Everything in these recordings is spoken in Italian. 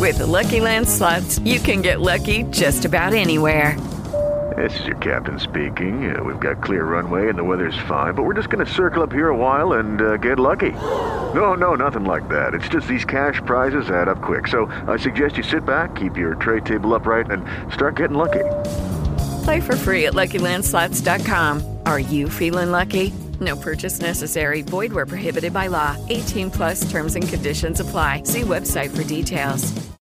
With Lucky Land Slots, you can get lucky just about anywhere. This is your captain speaking. We've got clear runway and the weather's fine, but we're just going to circle up here a while and get lucky. No, nothing like that. It's just these cash prizes add up quick. So I suggest you sit back, keep your tray table upright, and start getting lucky. Play for free at LuckyLandSlots.com. Are you feeling lucky? No purchase necessary. Void where prohibited by law. 18 plus terms and conditions apply. See website for details.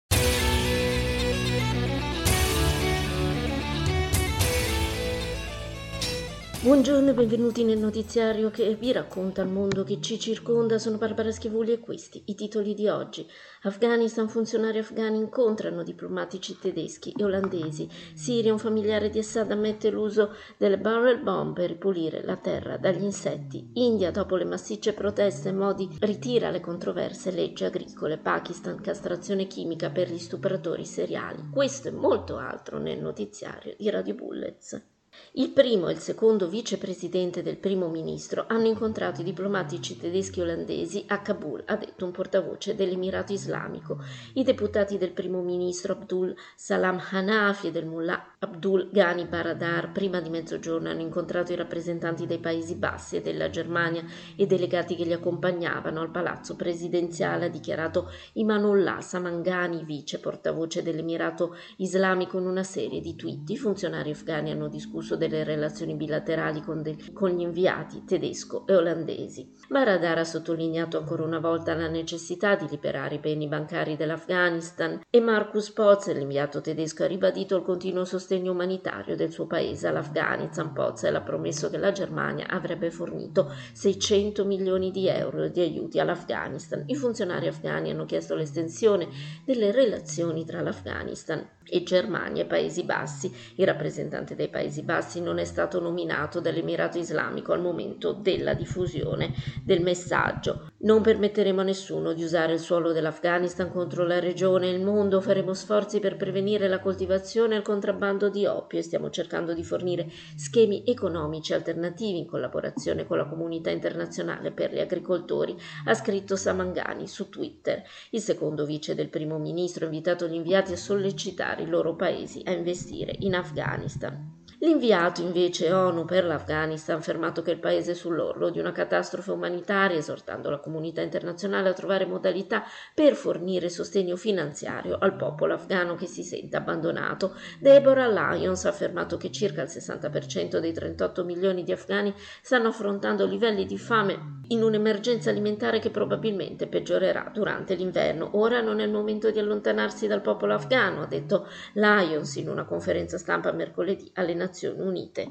Buongiorno e benvenuti nel notiziario che vi racconta il mondo che ci circonda. Sono Barbara Schiavulli e questi i titoli di oggi. Afghanistan, funzionari afghani incontrano diplomatici tedeschi e olandesi. Siria, un familiare di Assad ammette l'uso delle barrel bomb per ripulire la terra dagli insetti. India, dopo le massicce proteste, Modi ritira le controverse leggi agricole. Pakistan, castrazione chimica per gli stupratori seriali. Questo e molto altro nel notiziario di Radio Bullets. Il primo e il secondo vicepresidente del primo ministro hanno incontrato i diplomatici tedeschi e olandesi a Kabul, ha detto un portavoce dell'Emirato Islamico. I deputati del primo ministro Abdul Salam Hanafi e del mullah Abdul Ghani Baradar prima di mezzogiorno hanno incontrato i rappresentanti dei Paesi Bassi e della Germania e delegati che li accompagnavano al palazzo presidenziale, ha dichiarato Imanullah Samangani, vice portavoce dell'Emirato Islamico, in una serie di tweet. I funzionari afghani hanno discusso delle relazioni bilaterali con gli inviati tedesco e olandesi. Baradar ha sottolineato ancora una volta la necessità di liberare i beni bancari dell'Afghanistan e Markus Potzel, l'inviato tedesco, ha ribadito il continuo sostegno umanitario del suo paese all'Afghanistan. Potzel ha promesso che la Germania avrebbe fornito 600 milioni di euro di aiuti all'Afghanistan. I funzionari afghani hanno chiesto l'estensione delle relazioni tra l'Afghanistan e Germania e Paesi Bassi. Il rappresentante dei Paesi Bassi non è stato nominato dall'Emirato Islamico al momento della diffusione del messaggio. Non permetteremo a nessuno di usare il suolo dell'Afghanistan contro la regione e il mondo. Faremo sforzi per prevenire la coltivazione e il contrabbando di oppio e stiamo cercando di fornire schemi economici alternativi in collaborazione con la comunità internazionale per gli agricoltori, ha scritto Samangani su Twitter. Il secondo vice del primo ministro ha invitato gli inviati a sollecitare i loro paesi a investire in Afghanistan. L'inviato invece ONU per l'Afghanistan ha affermato che il paese è sull'orlo di una catastrofe umanitaria, esortando la comunità internazionale a trovare modalità per fornire sostegno finanziario al popolo afghano che si sente abbandonato. Deborah Lyons ha affermato che circa il 60% dei 38 milioni di afghani stanno affrontando livelli di fame in un'emergenza alimentare che probabilmente peggiorerà durante l'inverno. Ora non è il momento di allontanarsi dal popolo afghano, ha detto Lyons in una conferenza stampa mercoledì alle Nazioni Unite.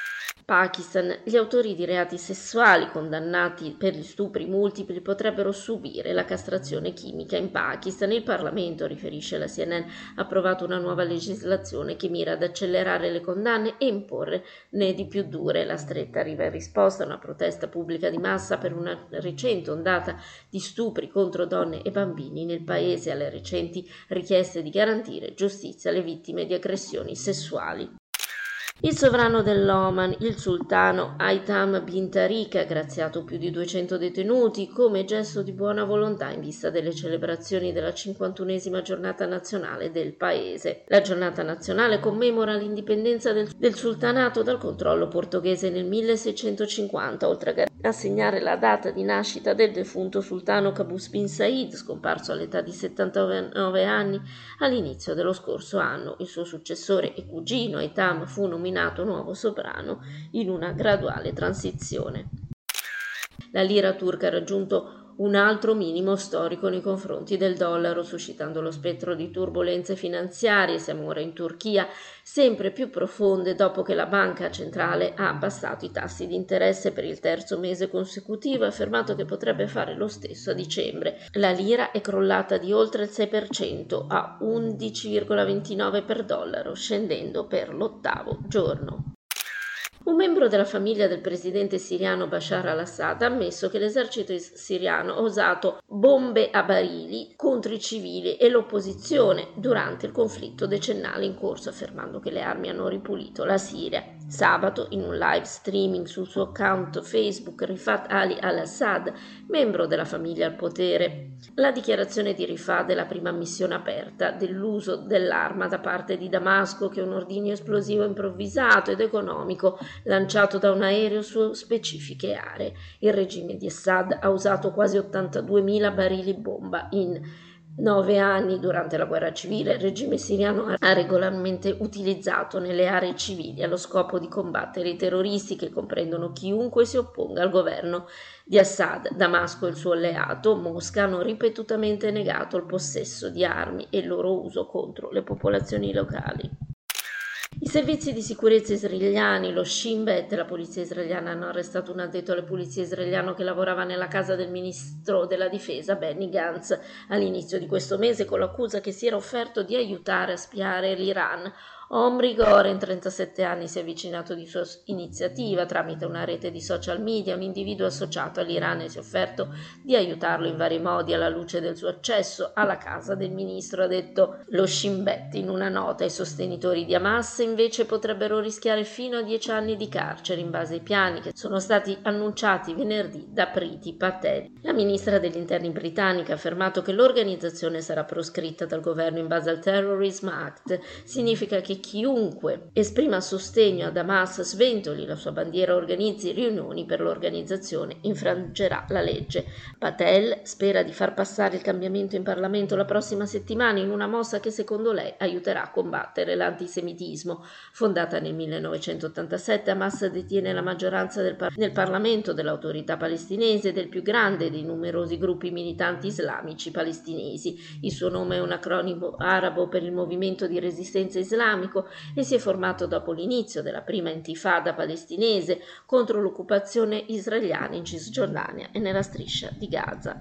Pakistan, gli autori di reati sessuali condannati per gli stupri multipli potrebbero subire la castrazione chimica in Pakistan. Il Parlamento, riferisce la CNN, ha approvato una nuova legislazione che mira ad accelerare le condanne e imporre ne di più dure. La stretta arriva in risposta a una protesta pubblica di massa per una recente ondata di stupri contro donne e bambini nel paese e alle recenti richieste di garantire giustizia alle vittime di aggressioni sessuali. Il sovrano dell'Oman, il sultano Haytham bin Tariq, ha graziato più di 200 detenuti come gesto di buona volontà in vista delle celebrazioni della 51esima giornata nazionale del paese. La giornata nazionale commemora l'indipendenza del sultanato dal controllo portoghese nel 1650, oltre a segnare la data di nascita del defunto sultano Qaboos bin Said, scomparso all'età di 79 anni all'inizio dello scorso anno. Il suo successore e cugino Haytham fu nominato nuovo sovrano in una graduale transizione. La lira turca ha raggiunto un altro minimo storico nei confronti del dollaro, suscitando lo spettro di turbolenze finanziarie. Siamo ora in Turchia, sempre più profonde dopo che la banca centrale ha abbassato i tassi di interesse per il terzo mese consecutivo e ha affermato che potrebbe fare lo stesso a dicembre. La lira è crollata di oltre il 6% a 11,29 per dollaro, scendendo per l'8º giorno. Un membro della famiglia del presidente siriano Bashar al-Assad ha ammesso che l'esercito siriano ha usato bombe a barili contro i civili e l'opposizione durante il conflitto decennale in corso, affermando che le armi hanno ripulito la Siria. Sabato, in un live streaming sul suo account Facebook, Rifat Ali al-Assad, membro della famiglia al potere. La dichiarazione di Rifat è la prima missione aperta dell'uso dell'arma da parte di Damasco, che è un ordigno esplosivo improvvisato ed economico lanciato da un aereo su specifiche aree. Il regime di Assad ha usato quasi 82.000 barili bomba in 9 anni durante la guerra civile. Il regime siriano ha regolarmente utilizzato nelle aree civili allo scopo di combattere i terroristi, che comprendono chiunque si opponga al governo di Assad. Damasco e il suo alleato Mosca hanno ripetutamente negato il possesso di armi e il loro uso contro le popolazioni locali. I servizi di sicurezza israeliani, lo Shin Bet e la polizia israeliana hanno arrestato un addetto alle pulizie israeliano che lavorava nella casa del ministro della difesa Benny Gantz all'inizio di questo mese, con l'accusa che si era offerto di aiutare a spiare l'Iran. Omri Goren, 37 anni, si è avvicinato di sua iniziativa tramite una rete di social media. Un individuo associato all'Iran e si è offerto di aiutarlo in vari modi alla luce del suo accesso alla casa del ministro, ha detto lo Shin Bet in una nota. I sostenitori di Hamas invece potrebbero rischiare fino a 10 anni di carcere in base ai piani che sono stati annunciati venerdì da Priti Patel. La ministra degli interni britannica ha affermato che l'organizzazione sarà proscritta dal governo in base al Terrorism Act. Significa che chiunque esprima sostegno ad Hamas, sventoli la sua bandiera, organizzi riunioni per l'organizzazione, infrangerà la legge. Patel spera di far passare il cambiamento in Parlamento la prossima settimana in una mossa che secondo lei aiuterà a combattere l'antisemitismo. Fondata nel 1987, Hamas detiene la maggioranza nel Parlamento dell'autorità palestinese ed è il più grande dei numerosi gruppi militanti islamici palestinesi. Il suo nome è un acronimo arabo per il movimento di resistenza islamico e si è formato dopo l'inizio della prima intifada palestinese contro l'occupazione israeliana in Cisgiordania e nella striscia di Gaza.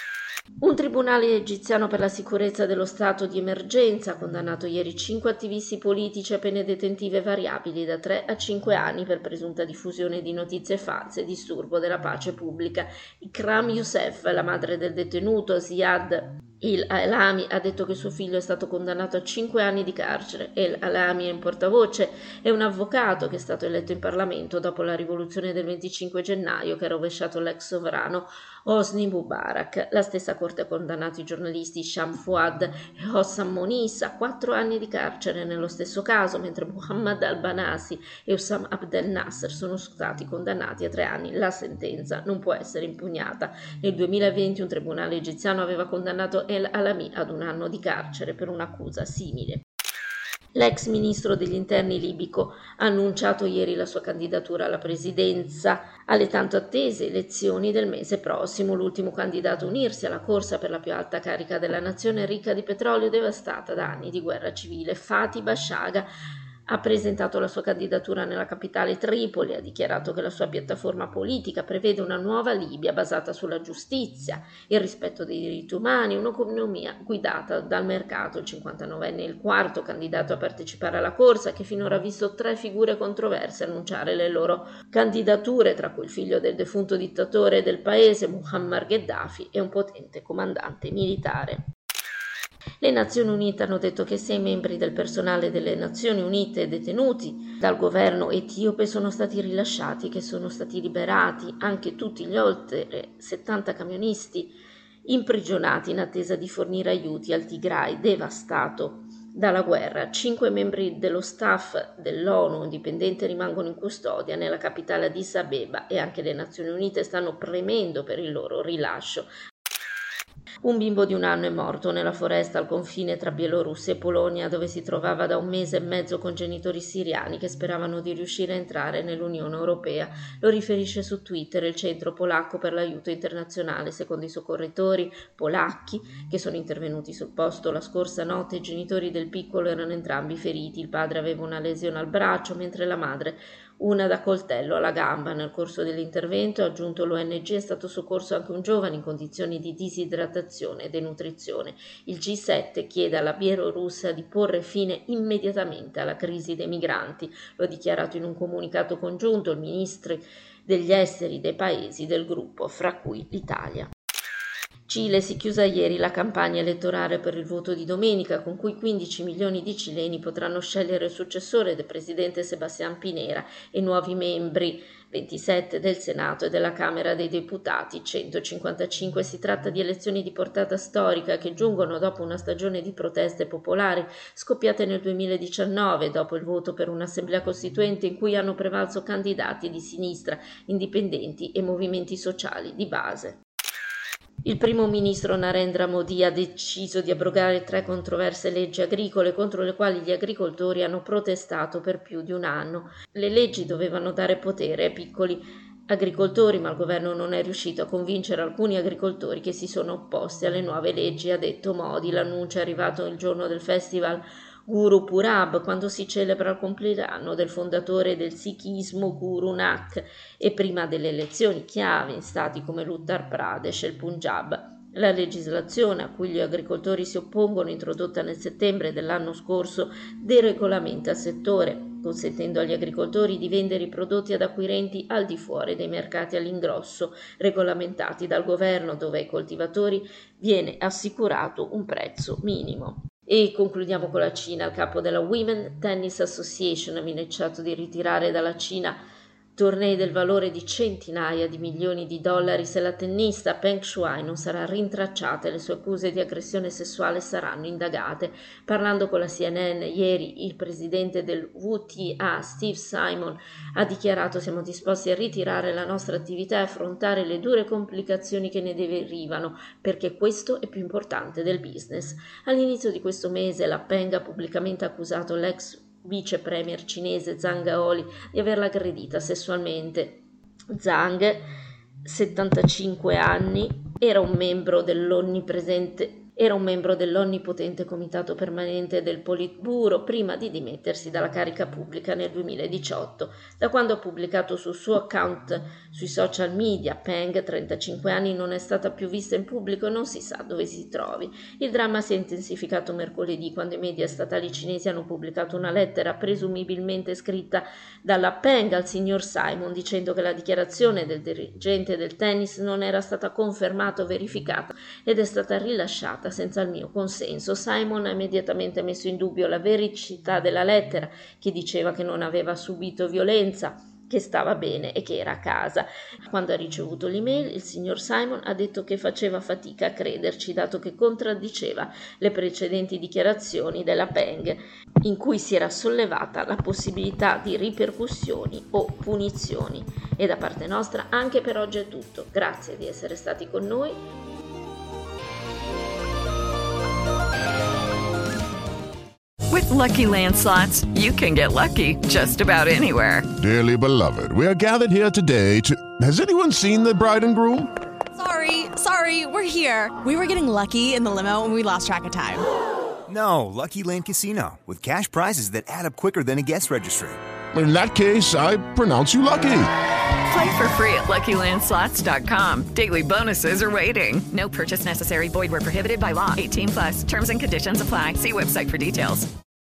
Un tribunale egiziano per la sicurezza dello stato di emergenza ha condannato ieri 5 attivisti politici a pene detentive variabili da 3 a 5 anni per presunta diffusione di notizie false e disturbo della pace pubblica. Ikram Youssef, la madre del detenuto Ziad El-Alami, ha detto che suo figlio è stato condannato a 5 anni di carcere. El-Alami è un portavoce e un avvocato che è stato eletto in Parlamento dopo la rivoluzione del 25 gennaio che ha rovesciato l'ex sovrano Hosni Mubarak. La stessa corte ha condannato i giornalisti Sham Fouad e Hossam Moniz a 4 anni di carcere nello stesso caso, mentre Muhammad al-Banasi e Hussam Abdel Nasser sono stati condannati a 3 anni. La sentenza non può essere impugnata. Nel 2020 un tribunale egiziano aveva condannato El-Alami ad 1 anno di carcere per un'accusa simile. L'ex ministro degli interni libico ha annunciato ieri la sua candidatura alla presidenza alle tanto attese elezioni del mese prossimo. L'ultimo candidato a unirsi alla corsa per la più alta carica della nazione ricca di petrolio devastata da anni di guerra civile, Fatih Bashaga, ha presentato la sua candidatura nella capitale Tripoli, ha dichiarato che la sua piattaforma politica prevede una nuova Libia basata sulla giustizia, il rispetto dei diritti umani, un'economia guidata dal mercato. Il 59enne è il quarto candidato a partecipare alla corsa, che finora ha visto 3 figure controverse annunciare le loro candidature, tra cui il figlio del defunto dittatore del paese, Muammar Gheddafi, e un potente comandante militare. Le Nazioni Unite hanno detto che 6 membri del personale delle Nazioni Unite detenuti dal governo etiope sono stati rilasciati, che sono stati liberati anche tutti gli oltre 70 camionisti imprigionati in attesa di fornire aiuti al Tigray devastato dalla guerra. 5 membri dello staff dell'ONU dipendente rimangono in custodia nella capitale Addis Abeba e anche le Nazioni Unite stanno premendo per il loro rilascio. Un bimbo di 1 anno è morto nella foresta al confine tra Bielorussia e Polonia, dove si trovava da 1 mese e mezzo con genitori siriani che speravano di riuscire a entrare nell'Unione Europea. Lo riferisce su Twitter il Centro Polacco per l'Aiuto Internazionale. Secondo i soccorritori polacchi che sono intervenuti sul posto la scorsa notte, i genitori del piccolo erano entrambi feriti. Il padre aveva una lesione al braccio, mentre la madre una da coltello alla gamba. Nel corso dell'intervento, ha aggiunto l'ONG, è stato soccorso anche un giovane in condizioni di disidratazione e denutrizione. Il G7 chiede alla Bielorussia di porre fine immediatamente alla crisi dei migranti. Lo ha dichiarato in un comunicato congiunto il ministro degli esteri dei paesi del gruppo, fra cui l'Italia. Cile si chiusa ieri la campagna elettorale per il voto di domenica, con cui 15 milioni di cileni potranno scegliere il successore del presidente Sebastián Pinera e nuovi membri, 27 del Senato e della Camera dei Deputati, 155. Si tratta di elezioni di portata storica che giungono dopo una stagione di proteste popolari scoppiate nel 2019, dopo il voto per un'assemblea costituente in cui hanno prevalso candidati di sinistra, indipendenti e movimenti sociali di base. Il primo ministro Narendra Modi ha deciso di abrogare 3 controverse leggi agricole contro le quali gli agricoltori hanno protestato per più di un anno. Le leggi dovevano dare potere ai piccoli agricoltori, ma il governo non è riuscito a convincere alcuni agricoltori che si sono opposti alle nuove leggi, ha detto Modi. L'annuncio è arrivato il giorno del festival Guru Purab, quando si celebra il compleanno del fondatore del sikhismo Guru Nanak e prima delle elezioni chiave in stati come l'Uttar Pradesh e il Punjab. La legislazione a cui gli agricoltori si oppongono, introdotta nel settembre dell'anno scorso, deregolamenta il settore, consentendo agli agricoltori di vendere i prodotti ad acquirenti al di fuori dei mercati all'ingrosso, regolamentati dal governo, dove ai coltivatori viene assicurato un prezzo minimo. E concludiamo con la Cina. Il capo della Women Tennis Association ha minacciato di ritirare dalla Cina tornei del valore di centinaia di milioni di dollari se la tennista Peng Shuai non sarà rintracciata e le sue accuse di aggressione sessuale saranno indagate. Parlando con la CNN ieri, il presidente del WTA, Steve Simon, ha dichiarato: siamo disposti a ritirare la nostra attività e affrontare le dure complicazioni che ne derivano, perché questo è più importante del business. All'inizio di questo mese la Peng ha pubblicamente accusato l'ex vice premier cinese Zhang Gaoli di averla aggredita sessualmente. Zhang, 75 anni, era un membro dell'onnipotente comitato permanente del Politburo prima di dimettersi dalla carica pubblica nel 2018. Da quando ha pubblicato sul suo account sui social media, Peng, 35 anni, non è stata più vista in pubblico e non si sa dove si trovi. Il dramma si è intensificato mercoledì quando i media statali cinesi hanno pubblicato una lettera presumibilmente scritta dalla Peng al signor Simon dicendo che la dichiarazione del dirigente del tennis non era stata confermata o verificata ed è stata rilasciata senza il mio consenso. Simon ha immediatamente messo in dubbio la vericità della lettera, che diceva che non aveva subito violenza, che stava bene e che era a casa. Quando ha ricevuto l'email, il signor Simon ha detto che faceva fatica a crederci, dato che contraddiceva le precedenti dichiarazioni della Peng, in cui si era sollevata la possibilità di ripercussioni o punizioni. E da parte nostra anche per oggi è tutto. Grazie di essere stati con noi. With Lucky Land Slots, you can get lucky just about anywhere. Dearly beloved, we are gathered here today to... Has anyone seen the bride and groom? Sorry, we're here. We were getting lucky in the limo and we lost track of time. No, Lucky Land Casino, with cash prizes that add up quicker than a guest registry. In that case, I pronounce you lucky. Play for free at LuckyLandSlots.com. Daily bonuses are waiting. No purchase necessary. Void where prohibited by law. 18+. Terms and conditions apply. See website for details.